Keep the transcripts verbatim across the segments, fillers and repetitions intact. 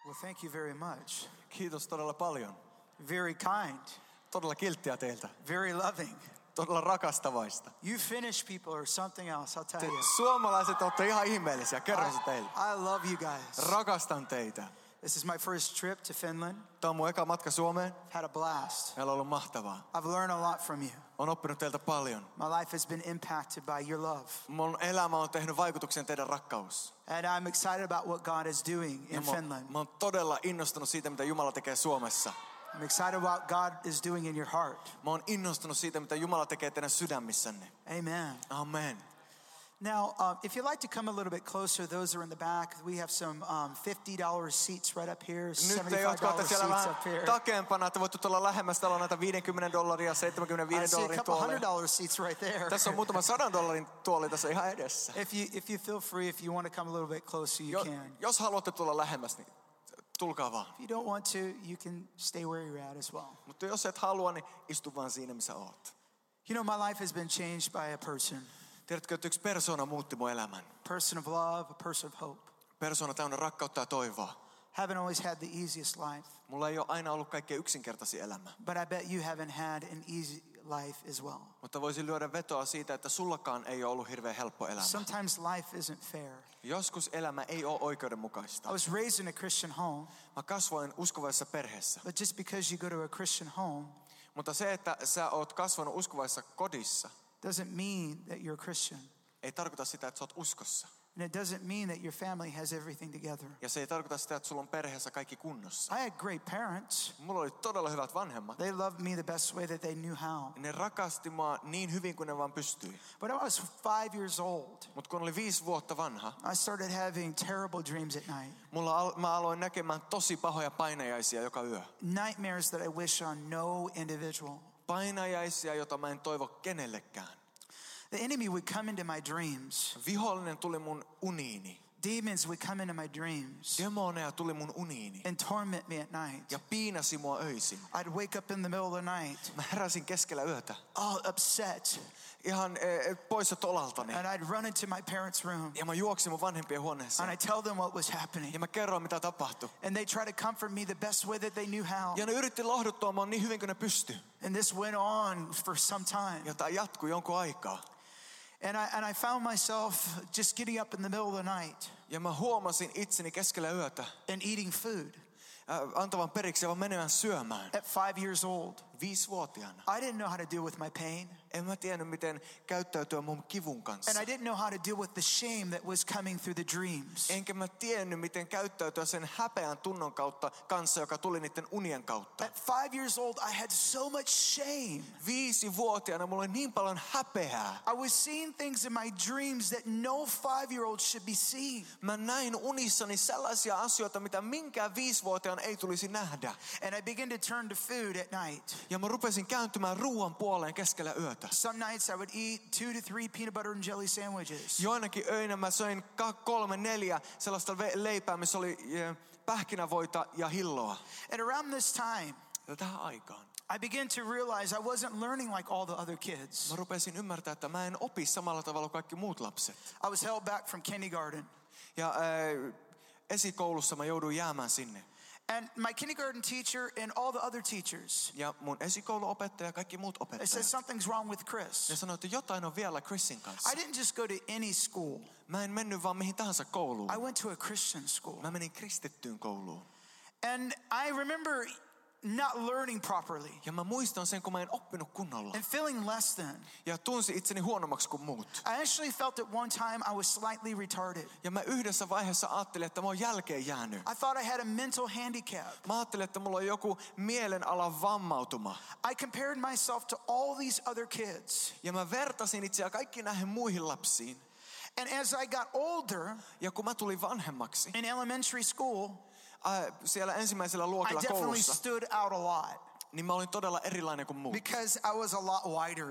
Well, thank you very much. Kiitos todella paljon. Very kind. Todella kilttiä teiltä. Very loving. Todella rakastavaista. You Finnish people are something else, I'll tell Te you. suomalaiset olette ihan ihmeellisiä. Kerron se teille. I, I love you guys. Rakastan teitä. This is my first trip to Finland. Tämä on mun eka matka Suomeen. I've had a blast. Meillä on ollut mahtavaa. I've learned a lot from you. Olen oppinut teiltä paljon. My life has been impacted by your love. Mun elämä on tehnyt vaikutuksen teidän rakkaus. And I'm excited about what God is doing in mä, Finland. Mä oon todella innostunut siitä, mitä Jumala tekee Suomessa. I'm excited about what God is doing in your heart. Mä oon innostunut siitä, mitä Jumala tekee teidän sydämissänne. Amen. Amen. Now, um, if you'd like to come a little bit closer, those are in the back. We have some um, fifty dollar seats right up here, Nyt te, seventy-five jotka olette dollar siellä seats vähän up here. takeempana, että voitte tulla lähemmäs. Täällä on näitä viisikymmentä dollaria, I seitsemänkymmentäviisi see a dollarin couple hundred tuoleja. dollar seats right there. Tässä on muutama sadan dollarin tuoli tässä ihan edessä. If you if you feel free, if you want to come a little bit closer, you Jo, can. jos haluatte tulla lähemmäs, niin tulkaa vaan. If you don't want to, you can stay where you're at as well. Mutta jos et halua, niin istu vaan siinä, missä oot. You know, my life has been changed by a person. Tiedätkö, että yksi persoona muutti mun elämän. Person of love, a person of hope. Persoona täynnä rakkautta ja toivoa. Haven't always had the easiest life. Mulla ei ole aina ollut kaikkein yksinkertaisin elämä. But I bet you haven't had an easy life as well. Mutta voisin lyödä vetoa siitä, että sullakaan ei ole ollut hirveän helppo elämä. Sometimes life isn't fair. Joskus elämä ei ole oikeudenmukaista. I was raised in a Christian home. Mä kasvoin uskovaisessa perheessä. But just because you go to a Christian home Mutta se, että sä oot kasvanut uskovaisessa kodissa, doesn't mean that you're a Christian. ei tarkoita sitä, että sä oot uskossa. And it doesn't mean that your family has everything together. Ja se ei tarkoita sitä, että sulla on perheessä kaikki kunnossa. I had great parents. Mulla oli todella hyvät vanhemmat. They loved me the best way that they knew how. Ne rakasti mua niin hyvin kuin ne vaan pystyi. But I was five years old. Mutta kun oli viisi vuotta vanha, I started having terrible dreams at night. mulla al- mä aloin näkemään tosi pahoja painajaisia joka yö. Nightmares that I wish on no individual. Painajaisia, jota mä en toivo kenellekään. The enemy would come into my dreams. Vihollinen tuli mun uniini. Demons would come into my dreams Demoneja tuli mun uniini. and torment me at night. Ja piinasi mua öisin. I'd wake up in the middle of the night, Mä heräsin keskellä yötä. all upset, Ihan e, poissa tolaltani. and I'd run into my parents' room Ja mä juoksin mun vanhempien and huoneeseen. I tell them what was happening. Ja mä kerroin, mitä tapahtui. And they try to comfort me the best way that they knew how. Ja ne yritti lohduttua mua niin hyvin kuin ne pystyi. And this went on for some time. Ja tää jatkui jonkun aikaa. And I and I found myself just getting up in the middle of the night Ja mä huomasin itseni keskellä yötä and eating food äh, antavan periksi ja vaan menemään syömään. at five years old. Viisivuotiaana. I didn't know how to deal with my pain. En mä tiennyt, miten käyttäytyä mun kivun kanssa. And I didn't know how to deal with the shame that was coming through the dreams. Enkä mä tiennyt, miten käyttäytyä sen häpeän tunnon kautta kanssa, joka tuli niiden unien kautta. At five years old, I had so much shame. Viisivuotiaana mulla oli niin paljon häpeää. I was seeing things in my dreams that no five-year-old should be seeing. Mä näin unissani sellaisia asioita, mitä minkään viisivuotiaan ei tulisi nähdä. And I began to turn to food at night. Ja mä rupesin kääntymään ruoan puoleen keskellä yötä. Some nights I would eat two to three peanut butter and jelly sandwiches. Joinakin öinä mä söin kolme, neljä sellaista leipää, missä oli pähkinävoita ja hilloa. And around this time, Ja tähän aikaan I began to realize I wasn't learning like all the other kids. mä rupesin ymmärtää, että mä en opi samalla tavalla kuin kaikki muut lapset. I was held back from kindergarten. Ja äh, esikoulussa mä jouduin jäämään sinne. And my kindergarten teacher and all the other teachers, Ja mun esikouluopettaja ja kaikki muut they said opettajat. something's wrong with Chris. Ne sanoi, että jotain on vielä Chrisin kanssa. I didn't just go to any school. Mä en mennyt vaan mihin tahansa kouluun. I went to a Christian school. Mä menin kristittyyn kouluun. And I remember not learning properly Ja mä muistan sen, kun mä en oppinut kunnolla. and feeling less than. Ja tunsin itseni huonommaksi kuin muut. I actually felt at one time I was slightly retarded. Ja mä yhdessä vaiheessa ajattelin, että mä oon jälkeen jäänyt. I thought I had a mental handicap. Mä ajattelin, että mulla on joku mielenalan vammautuma. I compared myself to all these other kids. Ja mä vertasin itseä kaikki näihin muihin lapsiin. And as I got older Ja kun mä tulin vanhemmaksi, in elementary school, äh, siellä ensimmäisellä I luokilla definitely koulussa, stood out a lot niin mä olin todella erilainen kuin muut. because I was a lot wider.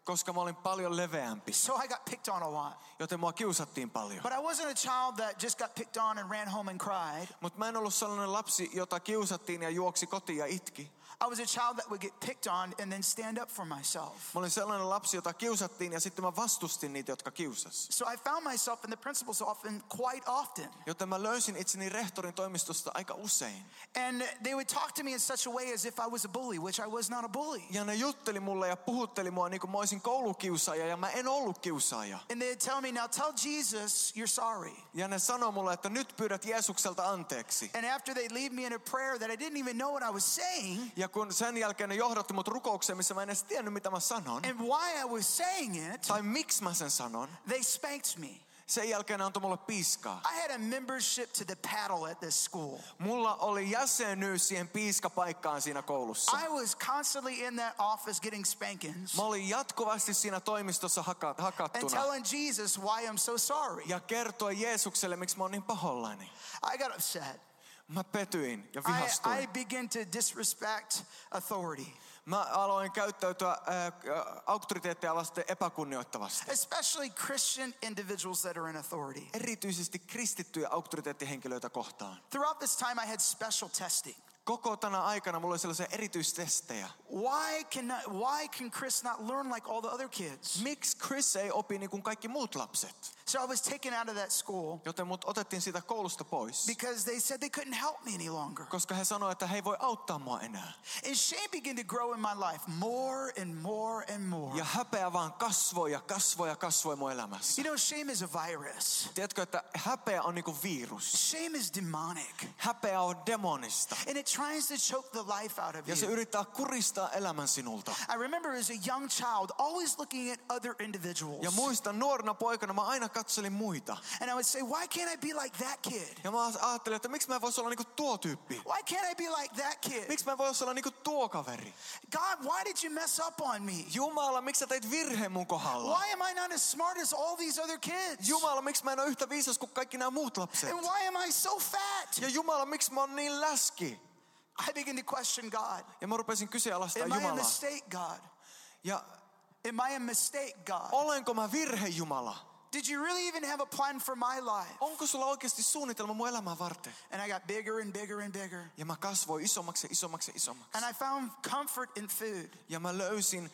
koska mä olin paljon leveämpi. So I got picked on a lot. Joten mua kiusattiin paljon. But I wasn't a child that just got picked on and ran home and cried. Mutta mä en ollut sellainen lapsi, jota kiusattiin ja juoksi kotiin ja itki. I was a child that would get picked on and then stand up for myself. Mä olin sellainen lapsi, jota kiusattiin ja sitten mä vastustin niitä, jotka kiusas. So I found myself in the principal's office quite often. Joten mä löysin itseni rehtorin toimistosta aika usein. And they would talk to me in such a way as if I was a bully, which I was not a bully. Ja ne jutteli mulle ja puhutteli mua niin kuin mä olisin koulukiusaaja ja mä en ollut kiusaaja. And they'd tell me, now tell Jesus you're sorry. Ja ne sanoi mulle, että nyt pyydät Jeesukselta anteeksi. And after they'd leave me in a prayer that I didn't even know what I was saying. Ja kun sen jälkeen ne johdatti mut rukoukseen, missä mä en edes tiennyt, mitä mä sanon. And why I was saying it. Tai miksi mä sen sanon. They spanked me. Sen jälkeen ne antoi mulle piiskaa. I had a membership to the paddle at this school. Mulla oli jäsenyys siihen piiskapaikkaan siinä koulussa. I was constantly in that office getting spankings. Mä olin jatkuvasti siinä toimistossa haka- hakattuna. And telling Jesus why I'm so sorry. Ja kertoi Jeesukselle, miksi mä oon niin pahoillani. I got upset. Mä petyin ja I, vihastuin. I began to disrespect authority. Mä aloin käyttäytyä äh, auktoriteetteja vasten epäkunnioittavasti. Especially Christian individuals that are in authority. Erityisesti kristittyjä auktoriteettihenkilöitä kohtaan. Throughout this time I had special testing. Koko tänä aikana mulla oli sellaisia erityistestejä. Why can not, why can Chris not learn like all the other kids? Miksi Chris ei opi niin kuin kaikki muut lapset? So I was taken out of that school. Joten mut otettiin siitä koulusta pois. Because they said they couldn't help me any longer. Koska he sanoivat, että he ei voi auttaa mua enää. And shame began to grow in my life more and more and more. Ja häpeä vaan kasvoi ja kasvoi ja kasvoi mun elämässä. You know, shame is a virus. Tiedätkö, että häpeä on niinku virus. Shame is demonic. Häpeä on demonista. And it tries to choke the life out of Ja se you. yrittää kuristaa elämän sinulta. I remember as a young child always looking at other individuals. Ja muistan nuorena poikana mä aina katselin muita. And I would say, why can't I be like that kid? Ja mä ajattelin, että miksi mä en voisi olla niinku tuo tyyppi? Why can't I be like that kid? Miksi mä en voisi olla niinku tuo kaveri? God, why did you mess up on me? Jumala, miksi sä teit virheen mun kohdalla? Why am I not as smart as all these other kids? Jumala, miksi mä en ole yhtä viisas kuin kaikki nämä muut lapset? And why am I so fat? Ja Jumala, miksi mä oon niin läski? I began to question God. Ja mä rupesin kyseenalaistamaan Am I a Jumalaa. mistake, God? Ja Am I a mistake, God? olenko mä virhe, Jumala? Did you really even have a plan for my life? Onko sulla oikeasti suunnitelma mun elämää varten? And I got bigger and bigger and bigger. Ja mä kasvoin isommaksi ja isommaksi ja isommaksi. And I found comfort in food. Ja mä löysin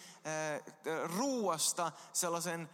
äh, ruuasta sellaisen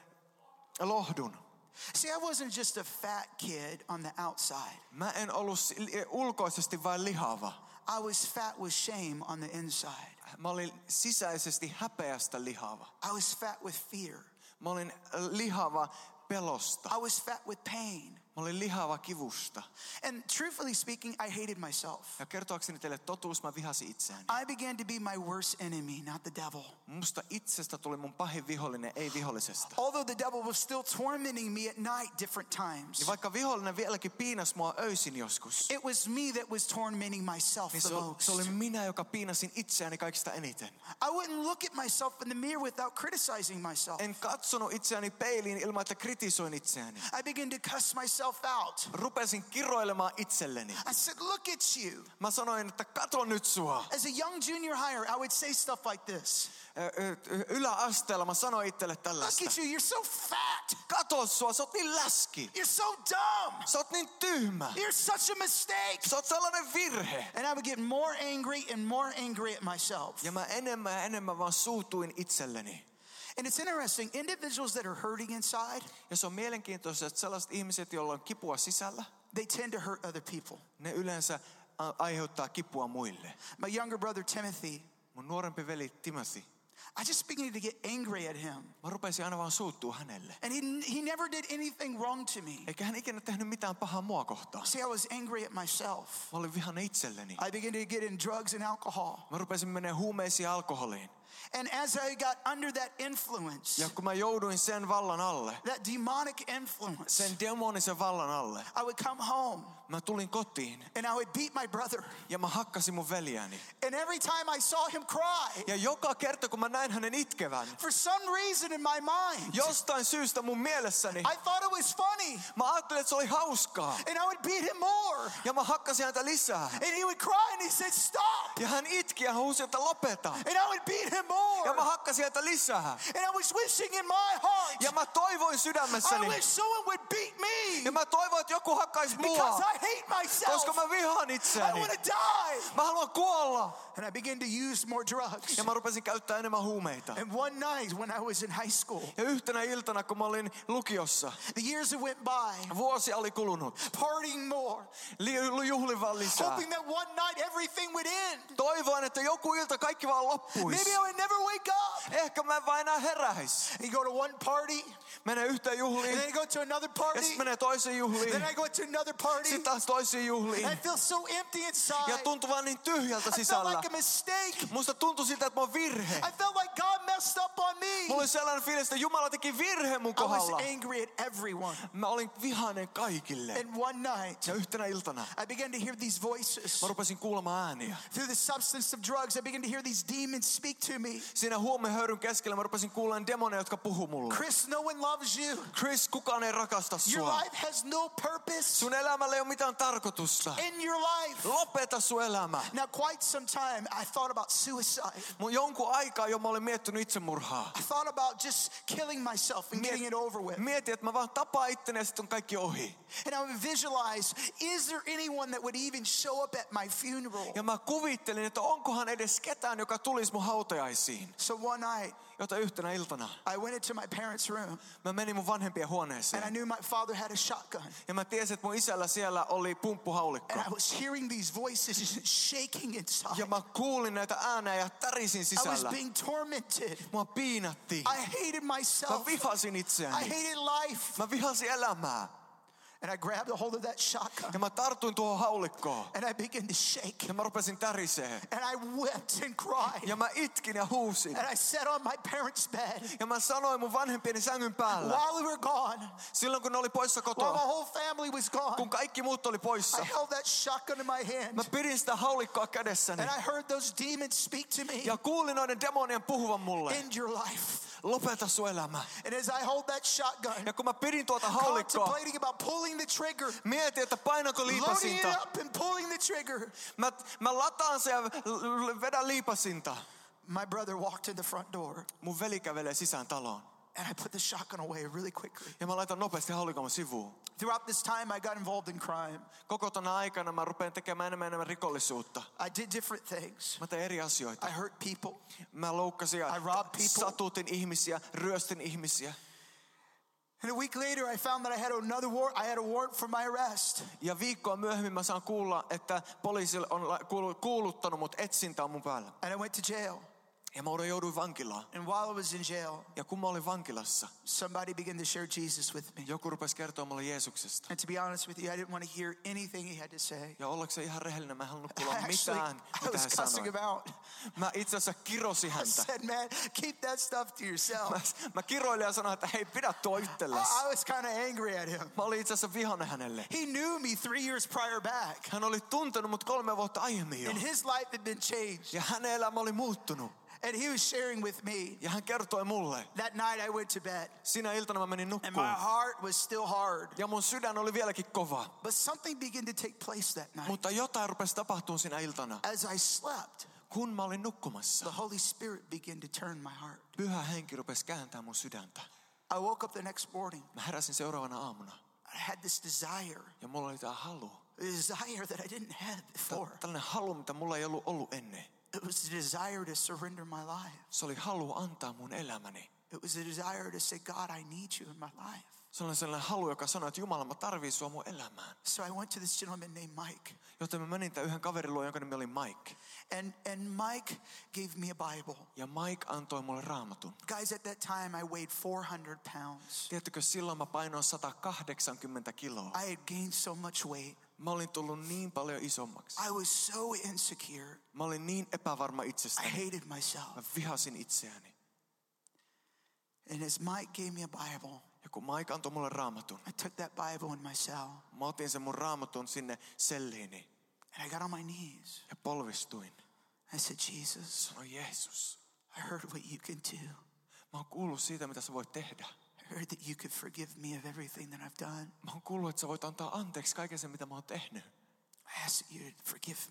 lohdun. See, I wasn't just a fat kid on the outside. Mä en ollut ulkoisesti vain lihava. I was fat with shame on the inside. Mä olin sisäisesti häpeästä lihava. I was fat with fear. Mä olin lihava pelosta. I was fat with pain. Mä olin lihava kivusta. And truthfully speaking, I hated myself. Ja kertoakseni teille totuus, mä vihasin itseäni. I began to be my worst enemy, not the devil. Musta itsestä tuli mun pahin vihollinen, ei vihollisesta. Although the devil was still tormenting me at night different times. Niin vaikka vihollinen vieläkin piinasi mua öisin joskus. It was me that was tormenting myself Niin the se, most. se oli minä, joka piinasin itseäni kaikista eniten. I wouldn't look at myself in the mirror without criticizing myself. En katsonut itseäni peiliin ilman, että kritisoin itseäni. I began to cuss myself out. Rupesin kiroilemaan itselleni. I said, look at you. Mä sanoin, että kato nyt sua. As a young junior higher, I would say stuff like this. Yläasteella mä sanoin itselle tällaista. Look at you, you're so fat. Kato sua, sä oot niin läski. You're so dumb. Sä oot niin tyhmä. You're such a mistake. Sä oot sellainen virhe. And I would get more angry and more angry at myself. Ja mä enemmän ja enemmän vaan suutuin itselleni. And it's interesting, individuals that are hurting inside, Ja se on mielenkiintoista, että sellaiset ihmiset, joilla on kipua sisällä, they tend to hurt other people. ne yleensä aiheuttaa kipua muille. My younger brother Timothy, Mun nuorempi veli Timothy, I just began to get angry at him. mä rupesin aina vaan suuttua hänelle. And he, he never did anything wrong to me. Eikä hän ikinä tehnyt mitään pahaa mua kohtaan. See, I was angry at myself. Mä olin vihainen itselleni. I began to get in drugs and alcohol. Mä rupesin menemään huumeisiin ja alkoholiin. And as I got under that influence, Ja kun mä jouduin sen vallan alle, that demonic influence, sen demonisen vallan alle, I would come home mä tulin kotiin and I would beat my brother. ja mä hakkasin mun veljääni. And every time I saw him cry, Ja joka kerta kun mä näin hänen itkevän, for some reason in my mind, jostain syystä mun mielessäni, I thought it was funny. mä ajattelin, että se oli hauskaa. And I would beat him more. Ja mä hakkasin häntä lisää. And he would cry and he said, stop. Ja hän itki ja hän huusi, että lopeta. And I would beat him even more. Ja mä hakkasin häntä lisää. And I was wishing in my heart, Ja mä toivoin I sydämessäni. wish someone would beat me. Ja mä toivoin, että joku hakkaisi Because mua. I hate myself. Koska mä vihaan I itseäni. want to die. Mä haluan kuolla. And I began to use more drugs. Ja mä rupesin käyttää enemmän huumeita. And one night when I was in high school, Ja yhtenä iltana, kun mä olin lukiossa, the years that went by, vuosi oli kulunut. partying more, Li- juhlin vaan lisää. hoping that one night everything would end. Toivoin, että joku ilta kaikki vaan loppuisi. Maybe I would never wake up. Ehkä mä en vaan enää heräis. And you go to one party, Menee yhteen and juhliin. then you go to another Ja party, sitten menee toiseen juhliin. then I go to another party, Sitten taas toiseen juhliin. and I feel so empty Ja inside. tuntui vaan niin tyhjältä I felt sisällä. like a mistake. Musta tuntui siltä, että mä oon virhe. I felt like God messed up on me. Mulla oli sellainen fiilis, että Jumala teki virhe mun I was kohdalla. angry at everyone. Mä olin vihainen kaikille. And one night, Ja yhtenä iltana I began to hear these voices. mä rupesin kuulemaan ääniä. Through the substance of drugs, I began to hear these demons speak to me. Siinä huumehöyryn keskellä mä rupesin kuulemaan demoneja, jotka puhuu mulle. Chris, no one loves you. Chris, kukaan ei rakasta Your sua. life has no purpose Sun elämällä ei ole mitään tarkoitusta. in your life. Lopeta sun elämä. Now, quite some time, I thought about suicide. Mun jonkun aikaa jo mä olin miettinyt itsemurhaa. I thought about just killing myself and getting it over with. Mietin, että mä vaan tapaan itteni ja sitten on kaikki ohi. And I would visualize, is there anyone that would even show up at my funeral? Ja mä kuvittelin, että onkohan edes ketään, joka tulisi mun hautajaisiin. So one night, Jota yhtenä iltana I went into my parents' room, mä menin mun vanhempien and huoneeseen. I knew my father had a shotgun. Ja mä tiesin, että mun isällä siellä oli pumppuhaulikko. And I was hearing these voices just shaking inside. Ja mä kuulin näitä äänejä ja tärisin I was sisällä. being tormented. Mua piinattiin. I hated myself. Mä vihasin I itseäni. hated life. Mä vihasin elämää. And I grabbed a hold of that shotgun. Ja mä tartuin tuohon haulikkoon. And I began to shake. Ja mä rupesin tärisee. And I wept and cried. Ja mä itkin ja huusin. And I sat on my parents' bed Ja mä sanoin mun vanhempieni sängyn päällä. while we were gone, Silloin kun ne oli poissa while my kotoa. whole family was gone. Kun kaikki muut oli I poissa. held that shotgun in my hand. Mä pidin sitä haulikkoa kädessäni. And I heard those demons speak to me. Ja kuulin noiden demonien puhuvan mulle. End your life. Lopeta sun elämä. And as I hold that shotgun, Ja kun mä pidin tuota haulikkoa. contemplating about pulling the trigger, Mietin, että painako loading it liipasinta. up and pulling the trigger, Mä, mä lataan sen ja l- l- vedän liipasinta. my brother walked in the front door. Mun veli kävelee sisään taloon. And I put the shotgun away really quickly. Ja mä laitan nopeasti haulikon sivuun. Throughout this time, I got involved in crime. Koko tona aikana mä rupean tekemään enemmän enemmän rikollisuutta. I did different things. Mä tein eri asioita. I hurt people. Mä loukkasin ja I robbed people. satutin ihmisiä, ryöstin ihmisiä. And a week later, I found that I had another warrant. I had a warrant for my arrest. Ja viikkoa myöhemmin mä saan kuulla, että poliisi on la- kuulu- kuuluttanut mut etsintä on mun päällä. And I went to jail. Ja mä jouduin vankilaan. And while I was in jail, Ja kun mä olin vankilassa, somebody began to share Jesus with me. joku rupesi kertoa mulle Jeesuksesta. And to be honest with you, I didn't want to hear anything he had to say. Ja ollakseni ihan rehellinen, mä en halunnut I kuulla actually, mitään, I mitä was hän cussing sanoi. him out. Mä itse asiassa kirosin I häntä. said, man, keep that stuff to yourself. Mä, mä kiroilin ja sanoin, että hei, pidä tuo itsellesi. I was kind of angry at him. Mä olin itse asiassa vihainen hänelle. He knew me three years prior back. Hän oli tuntenut mut kolme vuotta aiemmin jo. And his life had been changed. Ja hänen elämä oli muuttunut. And he was sharing with me. Ja hän kertoi mulle. That night I went to bed. Sinä iltana mä menin And my nukkuun. heart was still hard. Ja mun sydän oli vieläkin kova. But something began to take place that night. Mutta jotain rupesi tapahtumaan sinä iltana. As I slept, Kun mä olin nukkumassa, the Holy Spirit began to turn my heart. Pyhä Henki rupesi kääntää mun sydäntä. I woke up the next morning. Mä heräsin seuraavana aamuna. I had this desire. Ja mulla oli tää halu. A desire that I didn't have before. Tällainen halu, mitä mulla ei ollut ollut ennen. It was a desire to surrender my life. Se oli halu antaa mun elämäni. It was a desire to say, God, I need you in my life. Se oli sellainen halu, joka sanoi, että Jumala, mä tarviin sua mun elämään. So I went to this gentleman named Mike. Joten mä menin tämän yhden kaverin luo, jonka nimi oli Mike. And, and Mike gave me a Bible. Ja Mike antoi mulle raamatun. Guys, at that time I weighed four hundred pounds. Tiedättekö, silloin mä painoin sata kahdeksankymmentä kiloa. I had gained so much weight. Mä olin tullut niin paljon isommaksi. I was so insecure. Mä olin niin epävarma I itsestäni. hated myself. Mä vihasin itseäni. And as Mike gave me a Bible, Ja kun Mike antoi mulle raamatun, I took that Bible in my cell mä otin sen mun raamatun sinne selliini. and I got on my knees. Ja polvistuin. I said, Jesus, Sanoin, Jeesus, I heard what you can do. mä oon kuullut siitä, mitä sä voit tehdä. I heard that you could forgive me of everything that I've done. Mä oon kuullut, että sä voit antaa anteeksi kaiken sen, mitä mä oon tehnyt. I ask that you to forgive me.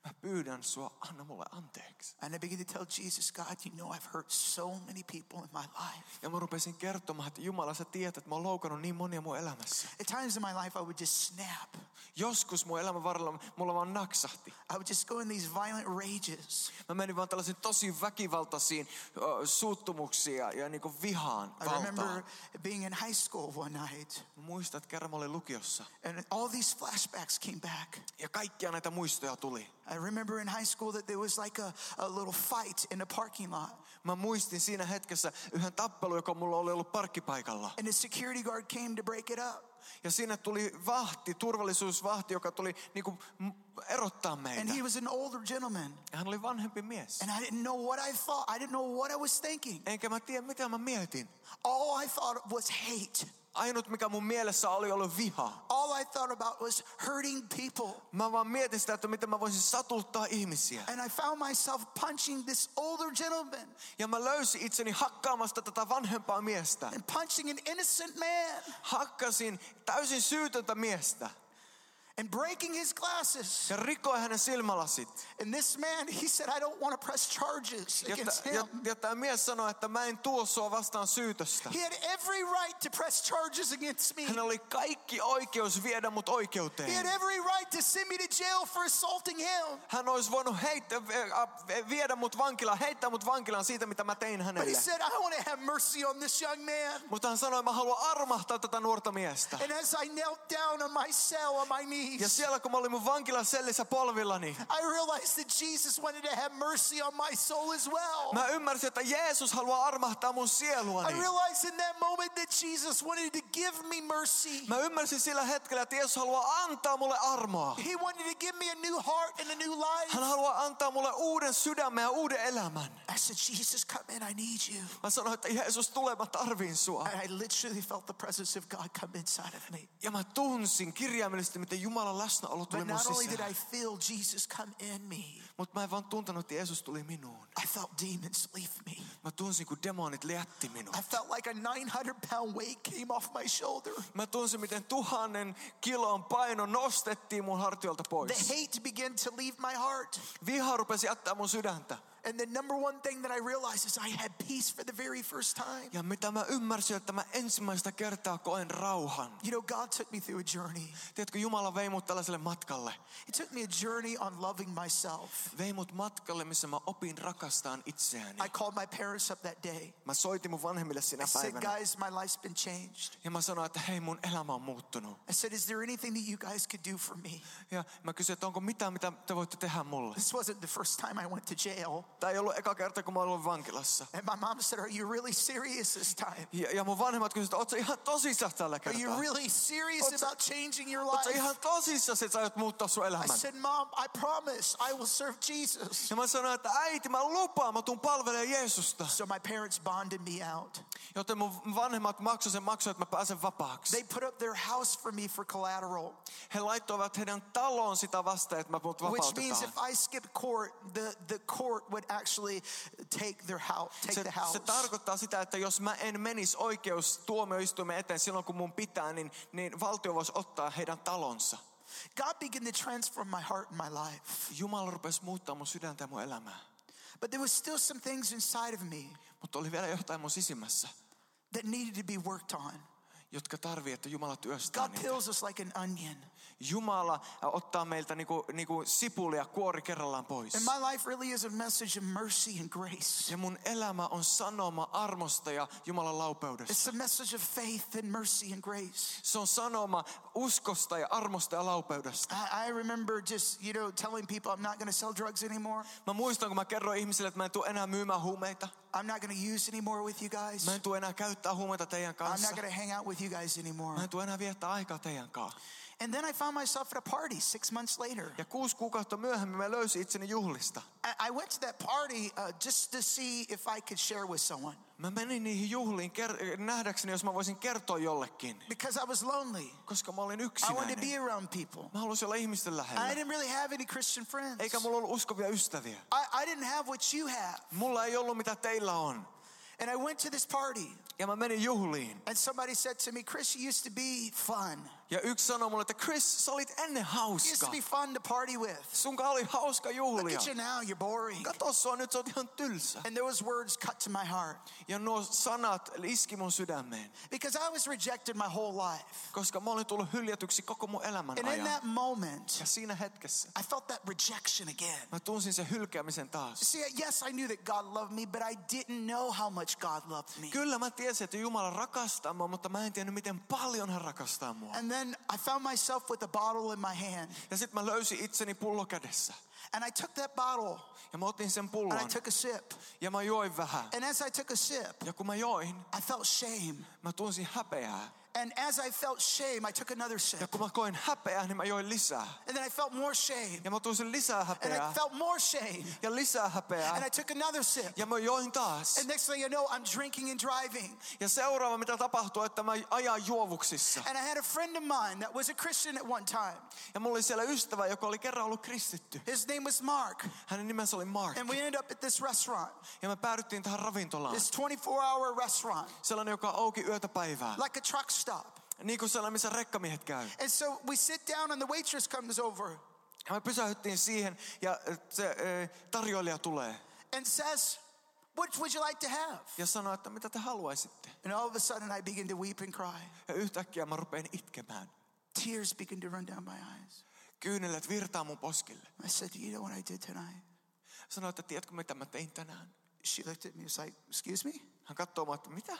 Mä pyydän sua, anna mulle anteeksi. And I began to tell Jesus, God, you know I've hurt so many people in my life. Ja mä rupesin kertomaan, että Jumala, sä tiedät, että mä oon loukannut niin monia mun elämässä. At times in my life I would just snap. Joskus mun elämän varrella mulla vaan naksahti. I would just go in these violent rages. Mä menin vaan tällaisiin tosi väkivaltaisiin uh, suuttumuksiin ja, ja niinku vihaan, I remember valtaan. being in high school one night. Mä muistan, että kerran mä olin lukiossa. And all these flashbacks came back. Ja kaikkia näitä muistoja tuli. I remember in high school that there was like a, a little fight in a parking lot. Mä muistin siinä hetkessä yhden tappelun, joka mulla oli ollut parkkipaikalla. And the security guard came to break it up. Ja sinne tuli vahti, turvallisuusvahti, joka tuli niinku erottaa meitä. And he was an older gentleman. Ja hän oli vanhempi mies. And I didn't know what I thought. I didn't know what I was thinking. Enkä mä tiedä, mitä mä mietin. All I thought was hate. Ainut, mikä mun mielessä oli, oli viha. All I thought about was hurting people. Mä vaan mietin sitä, että miten mä voisin satuttaa ihmisiä. And I found myself punching this older gentleman. Ja mä löysin itseni hakkaamasta tätä vanhempaa miestä. And punching an innocent man. Hakkasin täysin syytöntä miestä. And breaking his glasses. Ja rikoin hänen silmälasit. And this man, he said, I don't want to press charges Ja, against ja, him. ja tämä mies sanoi, että mä en tuo sua vastaan syytöstä. He had every right to press charges against me. Hänellä oli kaikki oikeus viedä mut He had oikeuteen. every right to send me to jail for assaulting him. Hän olisi voinut heittää, viedä mut vankilaan, heittää mut vankilaan siitä, mitä mä tein But he hänelle. said, I want to have mercy on this young man. Mutta hän sanoi, että mä haluan armahtaa tätä nuorta miestä. And as I knelt down on my cell on my Ja knees, siellä kun mä olin mun vankilan sellissä polvillani, I realized that Jesus wanted to have mercy on my soul as well. mä ymmärsin, että Jeesus haluaa armahtaa mun I sieluani. realized in that moment that Jesus wanted to give me mercy. Mä ymmärsin sillä hetkellä, että Jeesus haluaa antaa mulle armoa. He wanted to give me a new heart and a new life. Hän haluaa antaa mulle uuden sydämen ja uuden elämän. I said, Jesus, come in, I need you. Mä sanoin, että Jeesus, tule, mä tarvin sua. And I literally felt the presence of God come inside of me. Ja mä tunsin kirjaimellisesti, miten Jumalan läsnäolo tuli But mun not only did sisään. I feel Jesus come in me, Mutta mä en vaan tuntenut, että Jeesus tuli minuun. I felt demons leave me. Mä tunsin, kun demonit lietti minut. I felt like a nine hundred pound weight came off my shoulder. Mä tunsin, miten tuhannen kilon paino nostettiin mun hartiolta The pois. hate began to leave my heart. Viha rupesi jättää mun sydäntä. And the number one thing that I realized is I had peace for the very first time. Ja mitä mä ymmärsin, että mä ensimmäistä kertaa koen rauhan. You know, God took me through a journey. Tiedätkö, Jumala vei mut tällaiselle matkalle. He took me a journey on loving myself. Vei mut matkalle, missä mä opin rakastaan itseäni. I called my parents up that day. Mä soitin mun vanhemmille sinä I said, päivänä. guys, my life's been changed. Ja mä sanoin, että hei, mun elämä on muuttunut. I said, is there anything that you guys could do for me? Ja mä kysyin, että onko mitään, mitä te voitte tehdä mulle. This wasn't the first time I went to jail. Tää ei ollut eka kerta, kun mä olin vankilassa. And my mom said, are you really serious this time? Ja, ja mun vanhemmat kysyivät, ootko sä ihan tosissaan tällä Are kertaa? you really serious Oot sä- about changing your Ootko sä life? ihan tosissaan, että sä aiot muuttaa sun I elämän? said, Mom, I promise I will serve Jesus. Ja mä sanoin, että äiti, mä lupaan, mä tuun palvelemaan Jeesusta. So my parents bonded me out. Joten mun vanhemmat maksoi sen maksun, että mä pääsen vapaaksi. They put up their house for me for collateral, He laittoivat heidän taloon sitä vastaan, että mä mut which means vapautetaan. if I skip court, the, the court would actually take their house, take Se, the house. se tarkoittaa sitä, että jos mä en menisi oikeus tuomioistuimen eteen silloin, kun mun pitää, niin, niin valtio voisi ottaa heidän talonsa. God began to transform my heart and my life. Jumala rupesi muuttaa mun sydäntä ja mun elämää. But there was still some things inside of me Mutta oli vielä jotain mun sisimmässä, that needed to be worked on. jotka tarvii, että Jumala työstää God niitä. peels us like an onion. Jumala ottaa meiltä niinku, niinku sipulia kuori kerrallaan pois. And my life really is a message of mercy and grace. Ja mun elämä on sanoma armosta ja Jumalan laupeudesta. It's a message of faith and mercy and grace. Se on sanoma uskosta ja armosta ja laupeudesta. I, I remember just, you know, telling people I'm not going to sell drugs anymore. Mä muistan, kun mä kerroin ihmisille, että mä en tule enää myymään huumeita. I'm not going to use anymore with you guys. Mä en tule enää käyttää huumeita teidän I'm kanssa. not going to hang out with you guys anymore. Mä en tule enää viettää aikaa teidän kanssa. And then I found myself at a party six months later. Ja kuusi kuukautta myöhemmin mä löysin itseni juhlista. I, I went to that party uh, just to see if I could share with someone. Mä menin niihin juhliin ker- nähdäkseni, jos mä voisin kertoa jollekin. Because I was lonely. Koska mä olin I wanted to yksinäinen. be around people. Mä halusin olla ihmisten I lähellä. didn't really have any Christian friends. Eikä mulla ollut uskovia ystäviä. I, I didn't have what you have. Mulla ei ollut mitä teillä on. And I went to this party. Ja mä menin juhliin. And somebody said to me, Chris, you used to be fun. Ja yksi sanoi mulle, että Chris, sä olit ennen You used to hauska. be fun to party with. Sunkaan oli hauska Look juhlia. at you now, you're boring. Kato sua nyt, sä oot ihan tylsä. And those words cut to my heart. Ja nuo sanat iski mun sydämeen. Because I was rejected my whole life. Koska mä olin tullut hyljätyksi koko mun elämän And in ajan. that moment, Ja siinä hetkessä I felt that rejection again. mä tunsin sen hylkäämisen taas. See, yes, I knew that God loved me, but I didn't know how much God loved me. Kyllä mä tiesin, että Jumala rakastaa mua, mutta mä en tiennyt, miten paljon hän rakastaa mua. And then I found myself with a bottle in my hand. Ja sit mä löysin itseni pullo kädessä. And I took that bottle Ja mä otin sen and pullon. I took a sip. Ja mä join vähän. And as I took a sip, Ja kun mä join, I felt shame. mä tunsin häpeää. And as I felt shame, I took another sip. Ja kun mä koin häpeää, niin mä join lisää. And then I felt more shame. Ja mä tunsin lisää And häpeää. I felt more shame. Ja lisää häpeää. And I took another sip. Ja mä join taas. And next thing you know, I'm drinking and driving. Ja seuraava mitä tapahtuu, että mä ajan juovuksissa. And I had a friend of mine that was a Christian at one time. Ja mulla oli siellä ystävä, joka oli kerran ollut kristitty. His name was Mark. Hänen nimensä oli Mark. And we ended up at this restaurant, Ja me päädyttiin tähän ravintolaan. this twenty-four hour restaurant, Sellainen, joka on auki yötä päivää. like a truck stop. Niin kuin sellainen, missä rekkamiehet käy. And so we sit down and the waitress comes over Ja me pysähdyttiin siihen ja se äh, tarjoilija tulee. and says, what would you like to have? Ja sanoo, että mitä te haluaisitte. And all of a sudden I begin to weep and cry. Ja yhtäkkiä mä rupean itkemään. Tears begin to run down my eyes. Kyynelet virtaa mun poskille. I said, do you know what I did tonight? Sanoi, että tiedätkö mitä mä tein tänään? She looked at me and was like, excuse me? Hän katsoo mua, että mitä?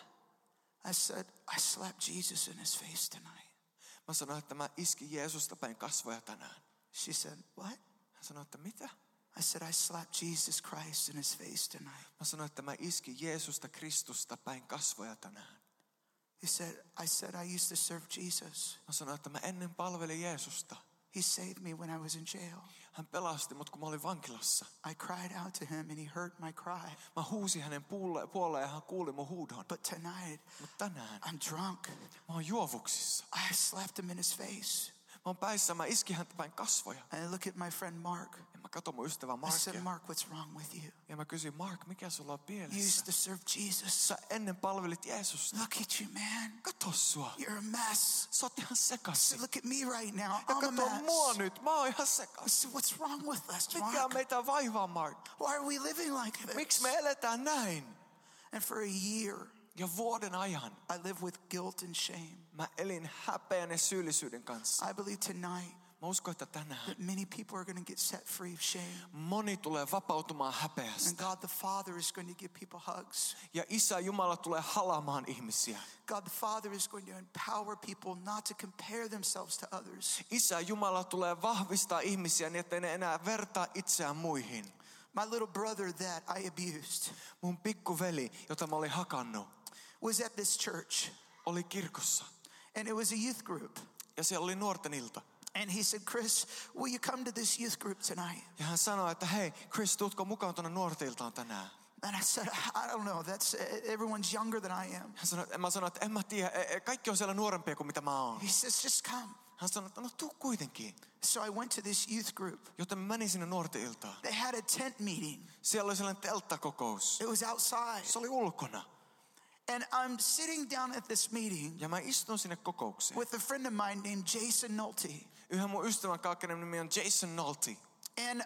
I said, I slapped Jesus in his face tonight. Mä sanoin, että mä iskin Jeesusta päin kasvoja tänään. She said, what? Hän sanoi, että mitä? I said, I slapped Jesus Christ in his face tonight. Mä sanoin, että mä iskin Jeesusta Kristusta päin kasvoja tänään. He said, I said I used to serve Jesus. Mä sanoin, että mä ennen palvelin Jeesusta. He saved me when I was in jail. Hän pelasti mut, kun mä olin vankilassa. I cried out to him and he heard my cry. Mä huusin hänen puoleen puoleen ja hän kuuli mun huudon. But tonight, Mutta tänään I'm drunk. mä oon juovuksissa. I slapped him in his face. Mä oon päissä, mä iskin häntä päin kasvoja. And I look at my friend Mark. Ja mä katon mun ystävä I said, Markia. Mark, what's wrong with you? Ja mä kysyin, Mark, mikä sulla on You used pielessä? to serve Jesus. Sä ennen palvelit Jeesusta. Look at you, man. Kato sua. You're a mess. Sä oot ihan I sekaisin. said, look at me right now. Ja I'm a kato mua mess. nyt, mä oon ihan I sekaisin. said, what's wrong with us, Mikä Mark? meitä vaivaa, Mark? Why are we living like this? Miksi me eletään näin? And for a year, Ja vuoden ajan I lived with guilt and shame. mä elin häpeän ja syyllisyyden kanssa. I believe tonight Mä uskon, että tänään that many people are going to get set free of shame. moni tulee vapautumaan And häpeästä. God the Father is going to give people hugs. Ja Isä Jumala tulee halamaan ihmisiä. God the Father is going to empower people not to compare themselves to others. Isä Jumala tulee vahvistaa ihmisiä niin, että ne enää vertaa itseään muihin. My little brother that I abused Mun pikkuveli, jota mä olin hakannut, was at this church, oli kirkossa. and it was a youth group. Ja siellä oli nuorten ilta. And he said, Chris, will you come to this youth group tonight? Ja hän sanoi, että hei, Chris, tuutko mukaan tuonne nuorten iltaan tänään? And I said, I don't know. That's everyone's younger than I am. Hän sanoi, mä sanoin, että en mä tiedä, e- e- kaikki on siellä nuorempia kuin mitä mä oon. He says, just come. Hän sanoi, että no tuu kuitenkin. So I went to this youth group. Joten mä menin sinne nuorten iltaan. They had a tent meeting. Siellä oli sellainen telttakokous. It was outside. Se oli ulkona. And I'm sitting down at this meeting Ja mä istun sinne kokoukseen. with a friend of mine named Jason Nolte. Yhden mun ystävän kaakkenen nimi on Jason Nolte. And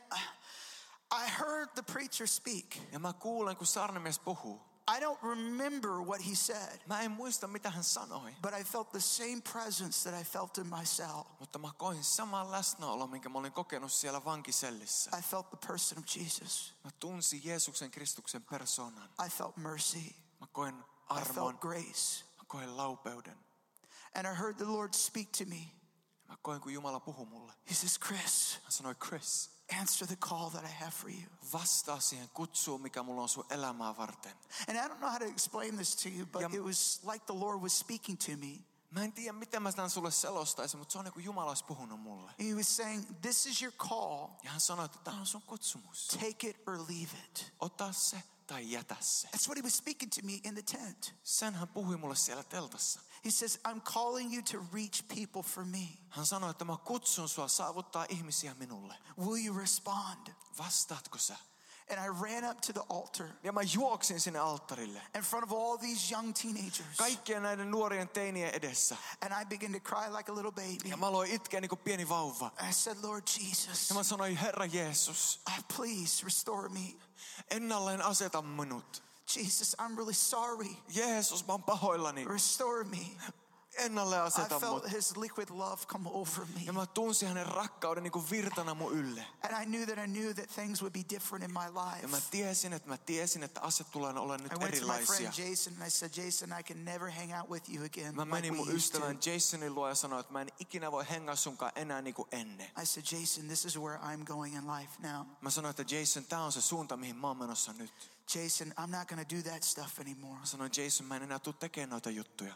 I heard the preacher speak. Ja mä kuulen, kun saarnamies puhuu. I don't remember what he said, Mä en muista, mitä hän sanoi. but I felt the same presence that I felt in my cell. Mutta mä koin saman läsnäolon, minkä mä olin kokenut siellä vankisellissä. I felt the person of Jesus. Mä tunsin Jeesuksen Kristuksen persoonan. I felt mercy. Mä koin I armon. felt grace. Mä koin laupeuden. And I heard the Lord speak to me. Mä koin, kun Jumala puhui mulle. He says, Chris, Hän sanoi, Chris, answer the call that I have for you. vastaa siihen kutsuun, mikä mulla on sun elämää varten. And I don't know how to explain this to you, but Ja- it was like the Lord was speaking to me. Mä en tiedä, miten mä tämän sulle selostaisin, mutta se on niin kuin Jumala olisi puhunut mulle. He was saying, this is your call. Ja hän sanoi, että tämä on sun kutsumus. Take it or leave it. Ota se tai jätä se. That's what he was speaking to me in the tent. Sen hän puhui mulle siellä teltassa. He says, I'm calling you to reach people for me. Hän sanoi, että mä kutsun sua saavuttaa ihmisiä minulle. Will you respond? Vastaatko sä? And I ran up to the altar Ja mä juoksin sinne alttarille. in front of all these young teenagers. Kaikkien näiden nuorien teinien edessä. And I began to cry like a little baby. Ja mä aloin itkeä niin kuin pieni vauva. I said, Lord Jesus, Ja mä sanoin, Herra Jeesus, uh, please restore me. ennalleen aseta minut. Jesus, I'm really sorry. Jeesus, mä oon pahoillani. Restore me. Ennalleen I aseta mut. felt his liquid love come over me. Ja mä tunsin hänen rakkauden niin kuin virtana mun ylle. And I knew that I knew that things would be different in my Ja mä life. tiesin, että mä tiesin, että asiat tulee olla nyt I went to my erilaisia. friend Jason and I said, Jason, I can never hang out with you again Mä like menin we mun used ystävän to. Jasonin luo ja sanoin, että mä en ikinä voi hengaa sunkaan enää niin kuin ennen. I said, Jason, this is where I'm going in life now. Mä sanoin, että Jason, tää on se suunta, mihin mä oon menossa nyt. Jason, I'm not going to do that stuff anymore. Mä sanoin, Jason, mä en enää tuu tekemään noita juttuja.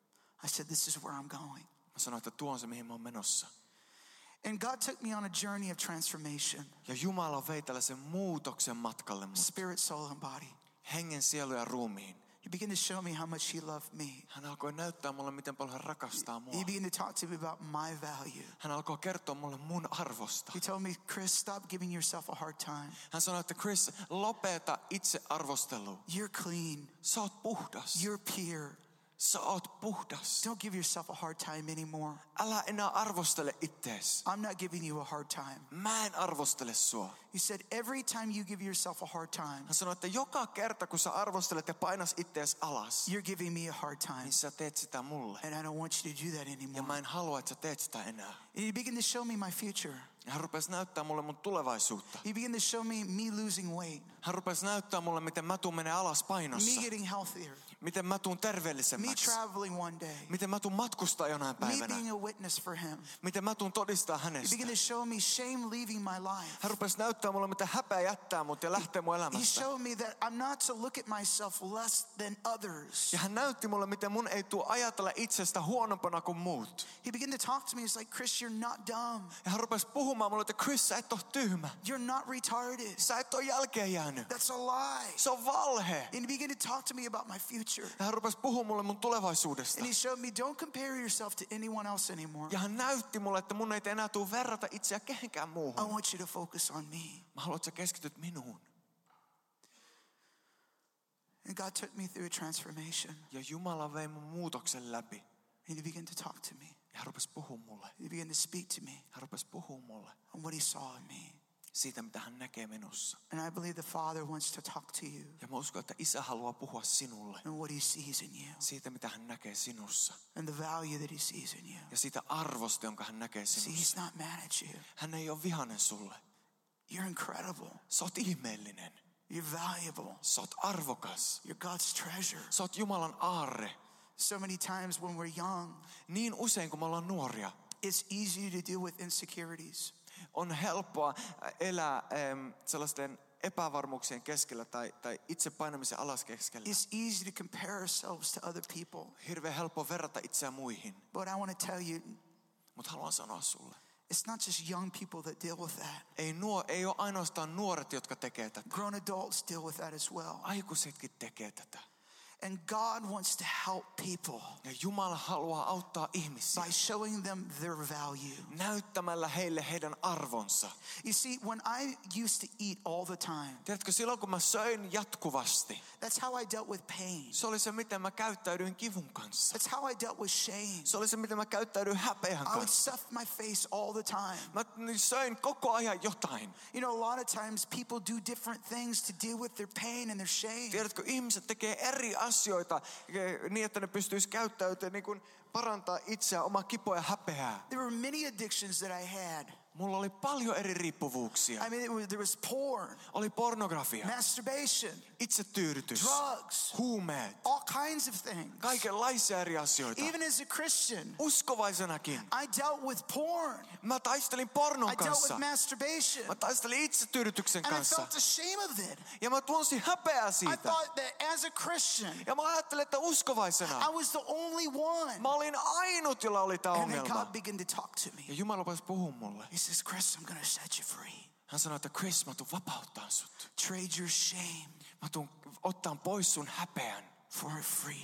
I said, this is where I'm going. Mä sanoin, että tuo on se, mihin mä oon menossa. And God took me on a journey of transformation, Ja Jumala vei tällaisen muutoksen matkalle mut. spirit, soul, and body. Hengen, sielu ja ruumiin. He began to show me how much he loved me. Hän alkoi näyttää mulle, miten paljon hän rakastaa mua. He began to talk to me about my value. Hän alkoi kertoa mulle mun arvosta. He told me, Chris, stop giving yourself a hard time. Hän sanoi, että Chris, lopeta itse arvostelu. You're clean. Sä oot puhdas. You're pure. Sä oot puhdas. Don't give yourself a hard time anymore. Älä enää arvostele ittees. I'm not giving you a hard time. Mä en arvostele sua. He said, every time you give yourself a hard time, Hän sanoi, että joka kerta kun sä arvostelet ja painas ittees alas, you're giving me a hard time. niin sä teet sitä mulle. And I don't want you to do that Ja anymore. mä en halua, että sä teet sitä enää. And he began to show me my future. Ja hän rupesi näyttää mulle mun tulevaisuutta. He began to show me me losing weight, Hän rupesi näyttää mulle, miten mä tuun menee alas painossa. me getting healthier, Miten mä tuun me terveellisemmäksi. traveling one day, Miten mä tuun matkustaa jonain me päivänä. being a witness for him. Miten mä tuun todistaa He hänestä. began to show me shame leaving my life. Hän rupesi näyttää mulle, mitä häpeä jättää mut ja lähtee mun He elämästä. showed me that I'm not to look at myself less than others. Ja hän näytti mulle, miten mun ei tule ajatella itsestä huonompana kuin muut. He began to talk to me. He's like, Chris, you're not dumb. Ja hän rupesi puhumaan mulle, että Chris, sä et ole tyhmä. You're not retarded. Sä et ole jälkeen jäänyt. That's a lie. Se on valhe. And he began to talk to me about my future. Ja hän rupesi puhumaan mulle mun tulevaisuudesta. And he showed me, don't compare yourself to anyone else anymore. Ja hän näytti mulle, että mun ei enää tule verrata itseä kehenkään I muuhun. want you to focus on me. Mä haluan, että sä keskityt minuun. And God took me through a transformation. Ja Jumala vei mun muutoksen läpi. And he began to talk to me. Ja hän rupesi puhumaan mulle. He began to speak to me Hän rupesi puhumaan mulle on what he saw in me. siitä, mitä hän näkee minussa. And I believe the Father wants to talk to you Ja mä uskon, että Isä haluaa puhua sinulle and what he sees in you siitä, mitä hän näkee sinussa. and the value that he sees in you. Ja siitä arvosta, jonka hän näkee See, sinussa. he's not mad at you. Hän ei ole vihainen sulle. You're incredible. Sä oot ihmeellinen. You're valuable. Sä oot arvokas. You're God's treasure. Sä oot Jumalan aarre. So many times when we're young, Niin usein, kun me ollaan nuoria, it's easy to deal with insecurities. on helppoa elää ähm, sellaisten epävarmuuksien keskellä tai, tai itse painamisen alas keskellä. It's easy to compare ourselves to other people. Hirveän helppo verrata itseä muihin. But I want to tell you, Mutta haluan sanoa sulle. it's not just young people that deal with that. Ei, nuo, ei ole ainoastaan nuoret, jotka tekee tätä. Grown adults deal with that as well. Aikuisetkin tekee tätä. And God wants to help people Ja Jumala haluaa auttaa ihmisiä by showing them their value. näyttämällä heille heidän arvonsa. You see, when I used to eat all the time, Tiedätkö, silloin kun mä söin jatkuvasti, that's how I dealt with pain. se oli se, miten mä käyttäydyin kivun kanssa. That's how I dealt with shame. Se oli se, miten mä käyttäydyin häpeän I would kanssa. stuff my face all the time. Mä söin koko ajan jotain. You know, a lot of times people do different things to deal with their pain and their shame. Tiedätkö, ihmiset tekee eri asioita eh, niin, että ne pystyisi käyttäytymään, niin kuin parantaa itseään, omaa kipoa ja häpeää. There were many addictions that I had. Mulla oli paljon eri riippuvuuksia. I mean, it was, there was porn, Oli pornografia, masturbation, itsetyydytys, drugs, huumeet, all kinds of things. kaikenlaisia eri asioita. Even as a Christian, Uskovaisenakin. I dealt with porn. Mä taistelin pornon I dealt kanssa. with masturbation. Mä taistelin itsetyydytyksen And I kanssa. felt ashamed of it. Ja mä tunsin häpeää I siitä. thought that as a Christian, Ja mä ajattelin, että uskovaisena I was the only one. mä olin ainut, jolla oli tää And then ongelma. God began to talk to me. Ja Jumala rupesi puhumaan mulle. He says, Chris, I'm going to set you free. Hän sanoi, että Chris, mä tuun vapauttaa sut. Trade your shame Mä tuun ottaa pois sun häpeän for freedom.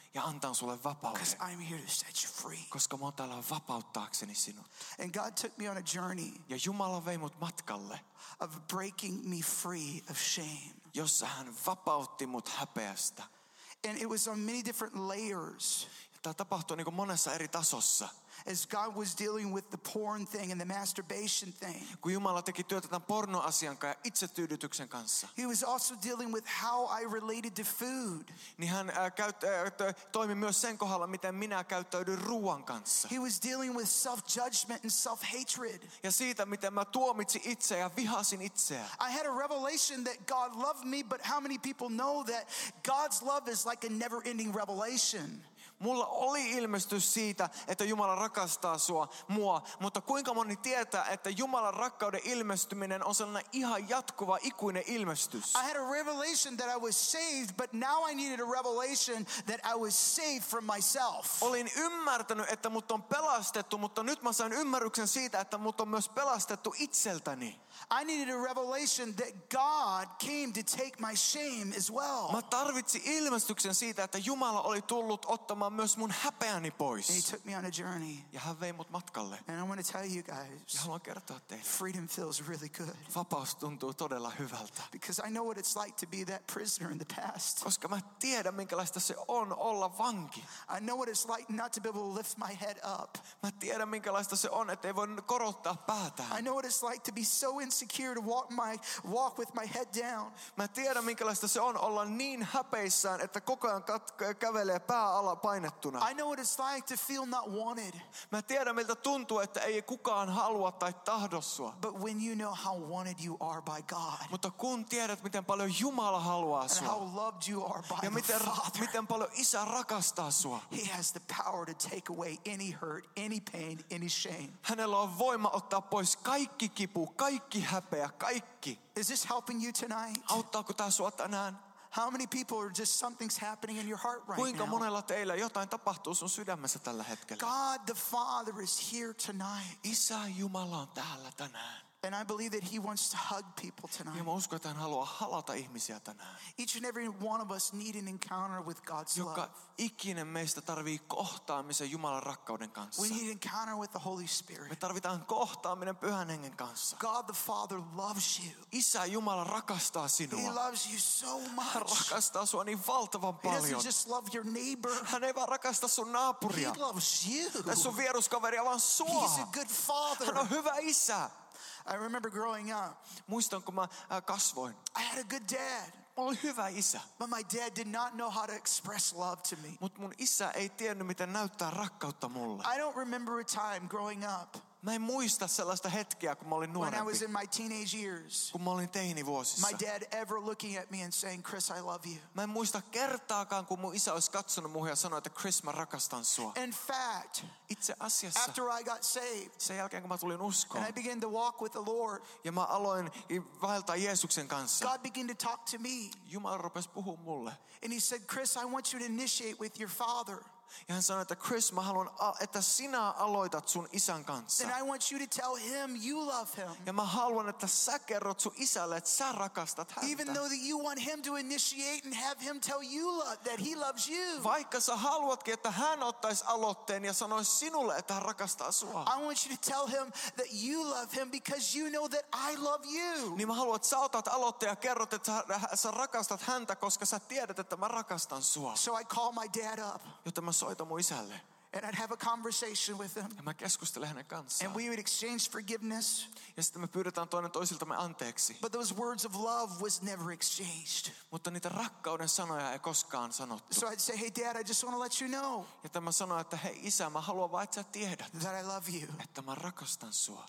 ja antaa sulle vapauden. Because I'm here to set you free. Koska mä oon täällä vapauttaakseni sinut. And God took me on a journey Ja Jumala vei mut matkalle, of breaking me free of shame. jossa hän vapautti mut häpeästä. And it was on many different layers. Tämä tapahtui niin kuin monessa eri tasossa. As God was dealing with the porn thing and the masturbation thing. Kun Jumala teki työtä tämän pornoasian ja itsetyydytyksen kanssa, He was also dealing with how I related to food. niin hän ää, käyt, ää, toimi myös sen kohdalla, miten minä käyttäydyn ruoan kanssa. He was dealing with self-judgment and self-hatred. Ja siitä, miten mä tuomitsin itseä ja vihasin itseä. I had a revelation that God loved me, but how many people know that God's love is like a never-ending revelation? Mulla oli ilmestys siitä, että Jumala rakastaa sua, mua, mutta kuinka moni tietää, että Jumalan rakkauden ilmestyminen on sellainen ihan jatkuva, ikuinen ilmestys. I had a revelation that I was saved, but now I needed a revelation that I was saved from myself. Olin ymmärtänyt, että mut on pelastettu, mutta nyt mä sain ymmärryksen siitä, että mut on myös pelastettu itseltäni. I needed a revelation that God came to take my shame as well. Mä tarvitsin ilmestyksen siitä, että Jumala oli tullut ottamaan myös mun häpeäni pois. And he took me on a journey. Ja hän vei mut matkalle. And I want to tell you guys, Ja haluan kertoa teille. freedom feels really good. Vapaus tuntuu todella hyvältä. Because I know what it's like to be that prisoner in the past. Koska mä tiedän, minkälaista se on olla vanki. I know what it's like not to be able to lift my head up. Mä tiedän, minkälaista se on, että ei voi korottaa päätään. I know what it's like to be so insecure to walk my walk with my head down. Mä tiedän, minkälaista se on olla niin häpeissään, että koko ajan kat- kävelee pää ala painettuna. I know what it's like to feel not wanted. Mä tiedän, miltä tuntuu, että ei kukaan halua tai tahdo sua. But when you know how wanted you are by God, Mutta kun tiedät, miten paljon Jumala haluaa and sua, how loved you are by ja the miten, Father, miten paljon Isä rakastaa sua, He has the power to take away any hurt, any pain, any shame. hänellä on voima ottaa pois kaikki kipu, kaikki häpeä, kaikki. Is this helping you tonight? Auttaako tämä sua tänään? How many people are just something's happening in your heart right Kuinka now? monella teillä jotain tapahtuu sun sydämessä tällä hetkellä? God the Father is here tonight. Isä Jumala on täällä tänään. And I believe that He wants to hug people Ja tonight. mä uskon, että hän haluaa halata ihmisiä tänään. Each and every one of us need an encounter with God's Joka love. ikinen meistä tarvii kohtaamisen Jumalan rakkauden kanssa. We need an encounter with the Holy Me Spirit. tarvitaan kohtaaminen Pyhän Hengen kanssa. God the Father loves you. Isä Jumala rakastaa He sinua. loves you so Hän much. rakastaa sua niin valtavan He paljon. doesn't just love your neighbor. Hän ei vaan rakasta sun He naapuria loves you. tai sun vieruskaveria, vaan sua. He's a good Hän father. on hyvä isä. I remember growing up, Muistan, kun mä äh, kasvoin. I had a good dad. Mulla oli hyvä isä. But my dad did not know how to express love to me. Mutta mun isä ei tiennyt, miten näyttää rakkautta mulle. I don't remember a time growing up Mä en muista sellaista hetkeä, kun mä olin when I was nuorempi. in my teenage years, Kun mä olin teinivuosissa. my dad ever looking at me and saying, Chris, I love you. Mä en muista kertaakaan, kun mun isä olisi katsonut muhun ja sanoi, että Chris, mä rakastan sua. In fact, Itse asiassa, after I got saved sen jälkeen kun mä tulin uskoon and I began to walk with the Lord, ja mä aloin vaeltaa Jeesuksen kanssa, God began to talk to me. Jumala rupesi puhua mulle. And He said, Chris, I want you to initiate with your father. Ja hän sanoi, että Chris, mä haluan, että sinä aloitat sun isän kanssa. And I want you to tell him you love him. Ja mä haluan, että sä kerrot sun isälle, että sä rakastat häntä. Even though that you want him to initiate and have him tell you love, that he loves you. Vaikka sä haluatkin, että hän ottaisi aloitteen ja sanoisi sinulle, että hän rakastaa sua. I want you to tell him that you love him because you know that I love you. Niin mä haluan, että sä otat aloitteen ja kerrot, että sä, sä rakastat häntä, koska sä tiedät, että mä rakastan sua. So I call my dad up Joten mä soitan mun isälle. and I'd have a conversation with him. Ja mä keskustelen hänen kanssaan. And we would exchange forgiveness. Ja sitten me pyydetään toinen toisiltamme anteeksi. But those words of love was never exchanged. Mutta niitä rakkauden sanoja ei koskaan sanottu. So I'd say, hey dad, I just want to let you know Ja tämä sanoi, että hei isä, mä haluan vaan, että sä tiedät, that I love you. että mä rakastan sua.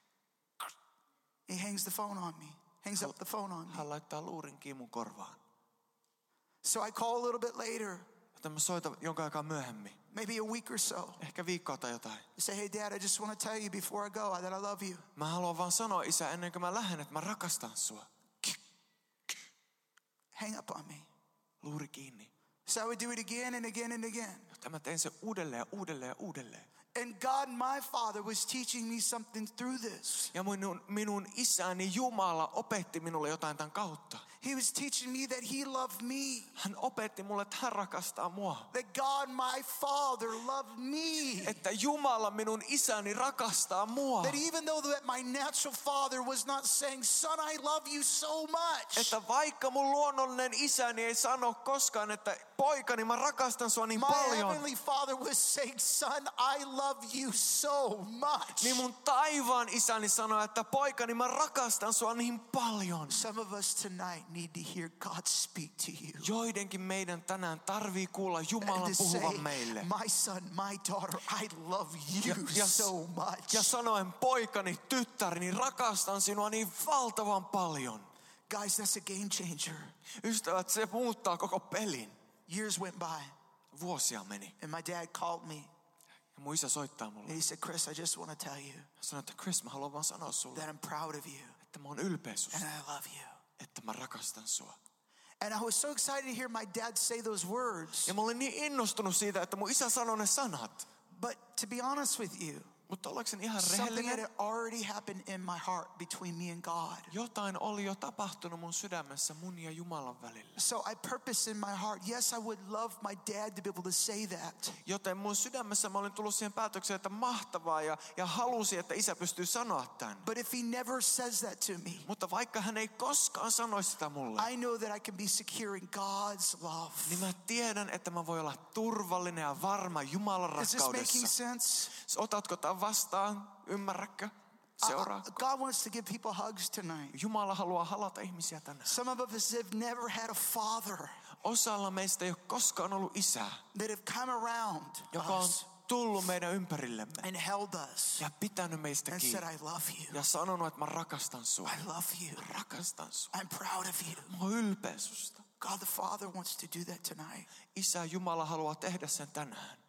He hangs the phone on me. Hangs up the phone on me. Hän laittaa luurin kiinni mun korvaan. So I call a little bit later, Joten mä soitan jonka aikaa myöhemmin. maybe a week or so. Ehkä viikkoa tai jotain. I say, hey dad, I just want to tell you before I go that I love you. Mä haluan vaan sanoa, isä, ennen kuin mä lähden, että mä rakastan sua. Hang up on me. Luuri kiinni. So I would do it again and again and again. Joten mä tein sen uudelleen ja uudelleen ja uudelleen. And God, my Father, was teaching me something through this. Ja minun, minun isäni Jumala opetti minulle jotain tämän kautta. He was teaching me that he loved me. Hän opetti mulle, että hän rakastaa mua. That God, my Father, loved me. Että Jumala, minun isäni, rakastaa mua. That even though that my natural father was not saying, son, I love you so much. Että vaikka mun luonnollinen isäni ei sano koskaan, että poikani, mä rakastan sua niin My paljon. heavenly Father was saying, son, I love you so much. Niin mun taivaan isäni sanoi, että poikani, mä rakastan sua niin paljon. Some of us tonight need to hear God speak to you. Joidenkin meidän tänään tarvii kuulla And Jumalan to say, puhuvan meille. my son, my daughter, I love you Ja, ja, so much. ja sanoen, poikani, tyttäreni, rakastan sinua niin valtavan paljon. Guys, that's a game changer. Ystävät, se muuttaa koko pelin. Years went by, Vuosia meni. and my dad called me. Ja mun isä soittaa mulle. And he said, Chris, I just want to tell you Hän sanoi, että Chris, mä haluan vaan sanoa sulle, that I'm proud of you että mä oon ylpeä susta, and I love you. että mä rakastan sua. And I was so excited to hear my dad say those words. Ja mä olin niin innostunut siitä, että mun isä sanoi ne sanat. But to be honest with you, Mutta ollakseni ihan something that rehellinen, had already happened in my heart between me and God. jotain oli jo tapahtunut mun sydämessä mun ja Jumalan välillä. So I purposed in my heart, yes, I would love my dad to be able to say that. Joten mun sydämessä mä olin tullut siihen päätökseen, että mahtavaa ja, ja halusin, että isä pystyy sanoa tämän. But if he never says that to me, Mutta vaikka hän ei koskaan sanoisi sitä mulle, I know that I can be secure in God's love. niin mä tiedän, että mä voin olla turvallinen ja varma Jumalan Is this making rakkaudessa. sense? Otatko tämän vastaan? Ymmärrätkö? Uh, Seuraa. God wants to give people hugs tonight. Jumala haluaa halata ihmisiä tänään. Some of us have never had a father Osalla meistä ei ole koskaan ollut isää, that have come around joka on us tullut meidän ympärillemme and held us ja pitänyt meistä and kiinni. said, I love you. Ja sanonut, että mä rakastan sua. I love you. Rakastan sua. I'm proud of you. Mä oon ylpeä susta. God the Father wants to do that tonight. Isä Jumala haluaa tehdä sen tänään.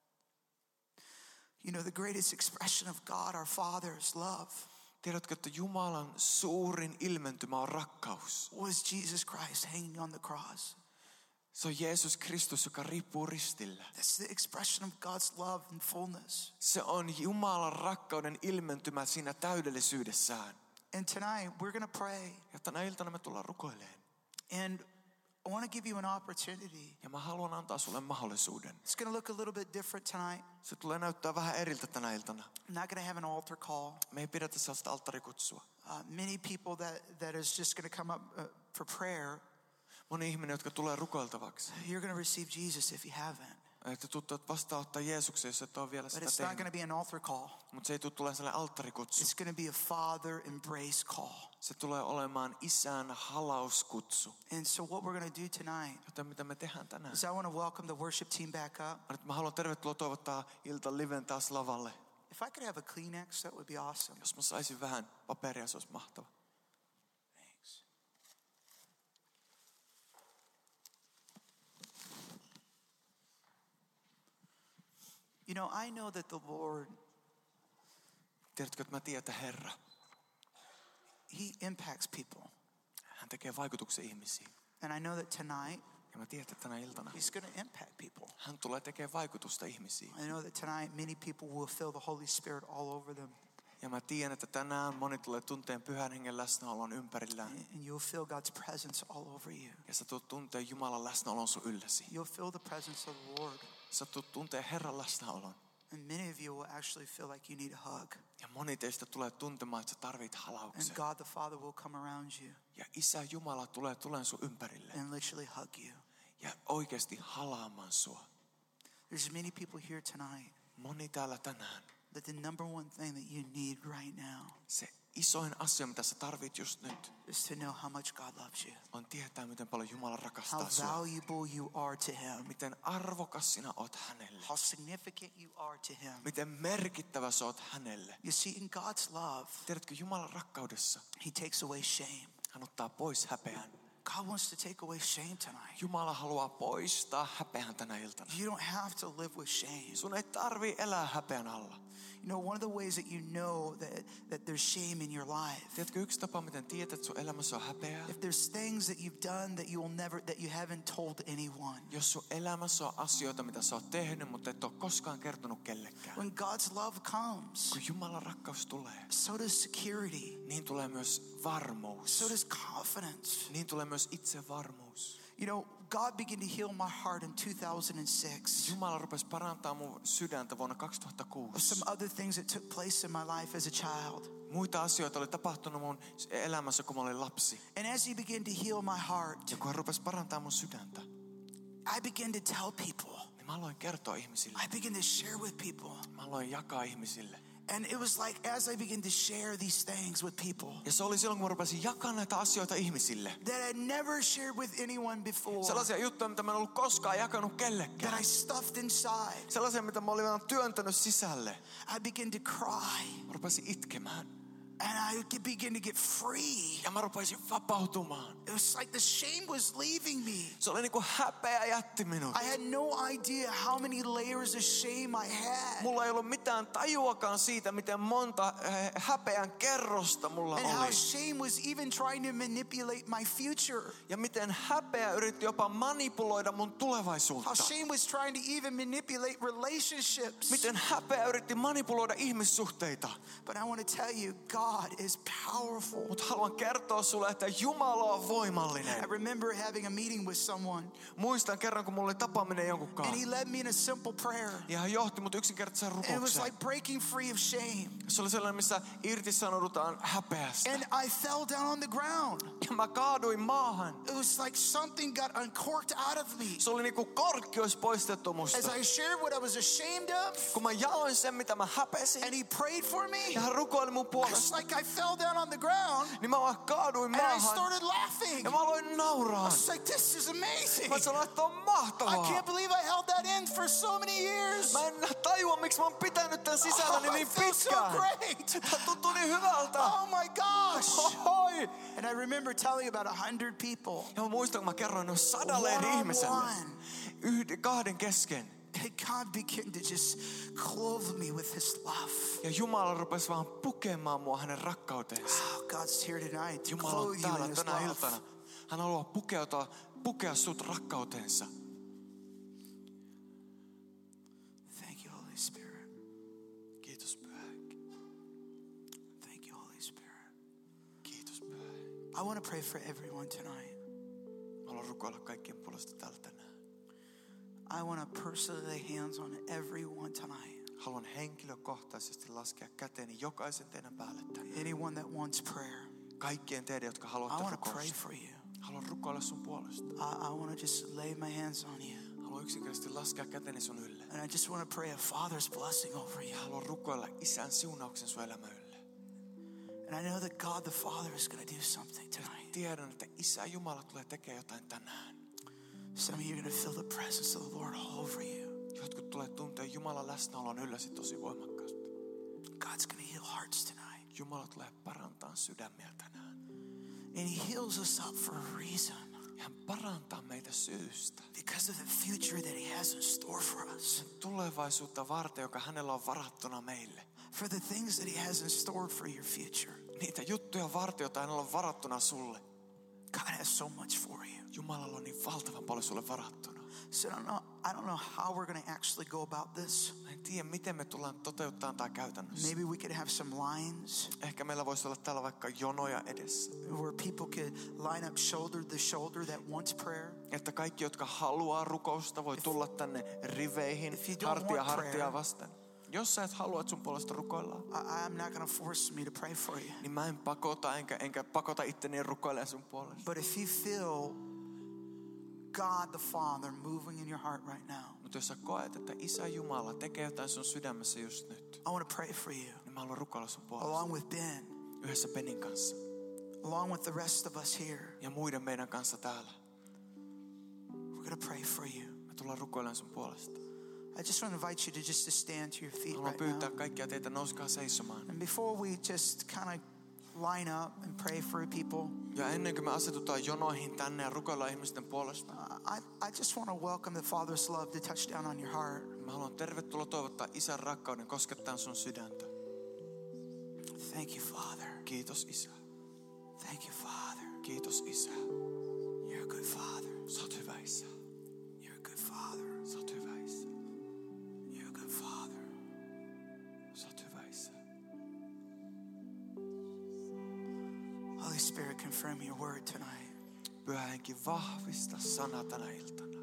You know, the greatest expression of God, our Father's love, Tiedätkö, että Jumalan suurin ilmentymä on rakkaus. was Jesus Christ hanging on the cross. Se on Jeesus Kristus, joka riippuu ristillä. That's the expression of God's love and fullness. Se on Jumalan rakkauden ilmentymä siinä täydellisyydessään. And tonight, we're going to pray. Ja tänä iltana me tullaan rukoilemaan. And I want to give you an opportunity. Ja mä haluan antaa sulle mahdollisuuden. It's going to look a little bit different tonight. Se tulee näyttää vähän eriltä tänä iltana. I'm not going to have an altar call. Me ei pidetä sellaista alttarikutsua. Uh, many people that, that is just going to come up uh, for prayer, Moni ihminen, jotka tulee rukoiltavaksi. you're going to receive Jesus if you haven't. Että tuttu, että vastaanottaa Jeesuksen, jos et ole vielä But sitä it's not going tehnyt. to be an altar call. Mutta se ei tule tulemaan sellainen alttarikutsu. It's going to be a father embrace call. Se tulee olemaan isän halauskutsu. And so what we're going to do tonight Joten mitä me tehdään tänään? is I want to welcome the worship team back up. Nyt mä haluan tervetuloa toivottaa ilta liven taas lavalle. If I could have a Kleenex, that would be awesome. Jos mä saisin vähän paperia, se olisi mahtava. Thanks. You know, I know that the Lord, Tiedätkö, että mä tiedän, että Herra, He impacts people. hän tekee vaikutuksen ihmisiin. And I know that tonight, Ja mä tiedän, että tänä iltana He's going to impact people. hän tulee tekemään vaikutusta ihmisiin. I know that tonight many people will feel the Holy Spirit all over them. Ja mä tiedän, että tänään moni tulee tunteen pyhän hengen läsnäolon ympärillään. And you'll feel God's presence all over you. Ja sä tulet tunteen Jumalan läsnäolon sun ylläsi. You'll feel the presence of the Lord. Sä tulet tunteen Herran läsnäolon. And many of you will actually feel like you need a hug. Ja moni teistä tulee tuntemaan, että sä tarvit And halauksen. God the Father will come around you Ja Isä Jumala tulee tulen sun ympärille. and literally hug you. Ja oikeasti halaamaan sua. There's many people here tonight Moni täällä tänään. that the number one thing that you need right now Se isoin asia, mitä sä tarvit just nyt, is to know how much God loves you. on tietää, miten paljon Jumala How rakastaa sua. valuable you are to Him. Miten arvokas sinä oot hänelle. How significant you are to Him. Miten merkittävä sä oot hänelle. You see, in God's love, Tiedätkö, Jumalan rakkaudessa He takes away shame. hän ottaa pois häpeän. God wants to take away shame tonight. Jumala haluaa poistaa häpeän tänä iltana. You don't have to live with shame. Sun ei tarvii elää häpeän alla. You know, one of the ways that you know that, that there's shame in your life, Tiedätkö, yksi tapa, miten tiedät, että sun elämässä on häpeää? if there's things that you've done that you will never, that you haven't told anyone. Jos sun elämässä on asioita, mitä sä oot tehnyt, mutta et ole koskaan kertonut kellekään. When God's love comes, Kun Jumalan rakkaus tulee, so does security. niin niin tulee myös varmuus. So does confidence. Niin tulee myös itsevarmuus. You know, God began to heal my heart in two thousand six. Jumala rupesi parantaa mun sydäntä vuonna Of kaksituhattakuusi. some other things that took place in my life as a child. Muita asioita oli tapahtunut mun elämässä, kun mä olin lapsi. And as he began to heal my heart, Ja kun hän rupesi parantaa mun sydäntä, I began to tell people. niin mä aloin kertoa ihmisille. I began to share with people. Mä aloin jakaa ihmisille. And it was like as I began to share these things with people Ja se oli silloin, kun mä rupesin jakaa näitä asioita ihmisille. that I never shared with anyone before, Sellaisia juttuja, mitä mä en ollut koskaan jakanut that kellekään. I stuffed inside. Sellaisia, mitä mä olin vaan työntänyt sisälle. I began to cry. Mä rupesin itkemään. And I began to get free. Ja mä rupesin vapautumaan. It was like the shame was leaving me. Se oli niin kuin häpeä jätti minut. I had no idea how many layers of shame I had. Mulla ei ollut mitään tajuakaan siitä, miten monta eh, häpeän kerrosta mulla And how oli. shame was even trying to manipulate my future. Ja miten häpeä yritti jopa manipuloida mun How tulevaisuutta. shame was trying to even manipulate relationships. Miten häpeä yritti manipuloida ihmissuhteita. But I want to tell you, God is powerful. Mutta haluan kertoa sulle, että Jumala on voimallinen. I remember having a meeting with someone, Muistan kerran, kun mulla oli tapaaminen jonkun and kanssa. he led me in a simple prayer. Ja hän johti mut yksinkertaiseen And it was rukoukseen. like breaking free of shame. Se oli sellainen, missä irtisanoudutaan häpeästä. And I fell down on the ground. Ja mä kaaduin maahan. It was like something got uncorked out of me. Se oli niinku korkki olisi poistettu As musta. I shared what I was ashamed of, Kun mä jaoin sen, mitä mä häpesin, and he prayed for me, ja hän rukoili mun it's puolesta, like I fell down on the ground, niin mä vaan kaaduin and I maahan. started laughing. Ja mä aloin nauraa. It's like, this is amazing. Mä sanoin, että on I mahtavaa. can't believe I held that in for so many years. Mä en tajua, miksi mä oon pitänyt tän sisälläni Oh, niin it felt so pitkään. great. Tää tuntui niin hyvältä. Oh my gosh. Ohoi. And I remember telling about a hundred people, Ja mä muistan, kun mä kerroin noin sadalle one eri on ihmiselle. one. Yhden, kahden kesken. And God began to just clothe me with his love. Ja Jumala rupesi vaan pukemaan mua hänen rakkautensa. Oh, God's here tonight to Jumala on clothe you täällä in his tänä love. iltana. Hän haluaa pukeutua, pukea sut rakkautensa. Thank you, Holy Spirit. Kiitos Pyhä Henki. Thank you, Holy Spirit. Kiitos Pyhä Henki. I want to pray for everyone tonight. Mä haluan rukoilla kaikkien puolesta täällä tänään. I want to personally lay hands on everyone tonight. Haluan henkilökohtaisesti laskea käteeni jokaisen teidän päälle tänään. Anyone that wants prayer, Kaikkien teidän, jotka I haluatte want to pray rukousta. for you. Haluan rukoilla sun puolesta. I, I want to just lay my hands on you. Haluan yksinkertaisesti laskea käteni sun ylle. And I just want to pray a Father's blessing over you. Haluan rukoilla Isän siunauksen sun elämän ylle. And I know that God the Father is going to do something tonight. Tiedän, että Isä Jumala tulee tekemään jotain tänään. Some of you are going to feel the presence of the Lord all over you. Jotkut tulee tuntea Jumalan läsnäolon ylläsi tosi voimakkaasti. God's going to heal hearts tonight. Jumala tulee parantaa sydämiä tänään. And he heals us up for a reason. Hän parantaa meitä syystä. Because of the future that he has in store for us. Tulevaisuutta varten, joka hänellä on varattuna meille. For the things that he has in store for your future. Niitä juttuja varten, joita hänellä on varattuna sulle. God has so much for you. Jumalalla on niin valtavan paljon sulle varattuna. So I don't know, I don't know how we're going to actually go about this. Mä en tiedä, miten me tullaan toteuttamaan tämä käytännössä. Maybe we could have some lines Ehkä meillä voisi olla täällä vaikka jonoja edessä. where people could line up shoulder to shoulder that wants prayer. Että kaikki, jotka haluaa rukousta, voi tulla tänne riveihin, if you don't hartia want hartia prayer, vasten. Jos sä et halua, että sun puolesta rukoillaan, I, I'm not going to force me to pray for you. niin mä en pakota, enkä, enkä pakota itteni rukoilemaan sun puolesta. But if you feel God the Father moving in your heart right now, Mutta jos sä koet, että Isä Jumala tekee jotain sun sydämessä just nyt, I want to pray for you, niin mä haluan rukoilla sun puolesta. along with Ben, Yhdessä Benin kanssa along with the rest of us here. ja muiden meidän kanssa täällä. We're going to pray for you. Me tullaan rukoilemaan sun puolesta. I just want to invite you to just to stand to your feet Haluan right pyytää now. kaikkia teitä, nouskaa seisomaan. And before we just kind of line up and pray for people, Ja ennen kuin me asetutaan jonoihin tänne ja rukoillaan ihmisten puolesta, I, I just want to welcome the Father's love to touch down on your heart. mä haluan tervetuloa toivottaa Isän rakkauden koskettaa sun sydäntä. Thank you, Father. Kiitos Isä. Thank you, Father. Kiitos Isä. You're a good Father. Sä oot hyvä Isä. You're a good Father. Sä oot hyvä Isä. You're a good Father. Sä oot hyvä Isä. Spirit, confirm your word tonight. Pyhä Henki, vahvista sana tänä iltana.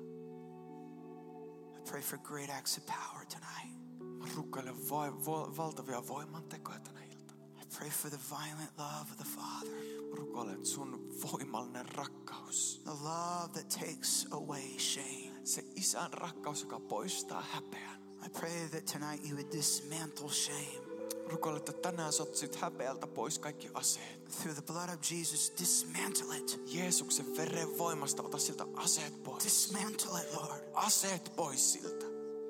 I pray for great acts of power tonight. Mä rukoilen vai, vo, valtavia voimantekoja tänä iltana. I pray for the violent love of the Father. Mä rukoilen sun voimallinen rakkaus. The love that takes away shame. Se isän rakkaus, joka poistaa häpeän. I pray that tonight you would dismantle shame. Rukoilen, että tänään sotsit häpeältä pois kaikki aseet. Through the blood of Jesus, dismantle it. Jeesuksen veren voimasta ota siltä aseet pois. Dismantle it, Lord. Aseet pois siltä.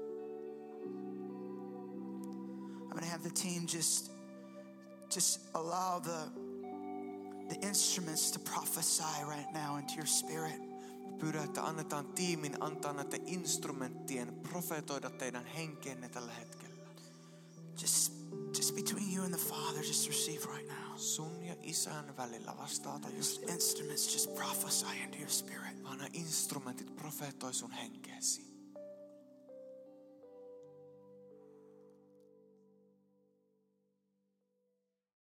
I'm going to have the team just, just allow the, the instruments to prophesy right now into your spirit. Pyydän, että annetaan tiimin antaa näiden instrumenttien profetoida teidän henkeenne tällä hetkellä. Just, just between you and the Father, just receive right now. Sun ja isän välillä vastaata just. Instruments just prophesy into your spirit. Vaan nämä instrumentit profetoi sun henkeesi.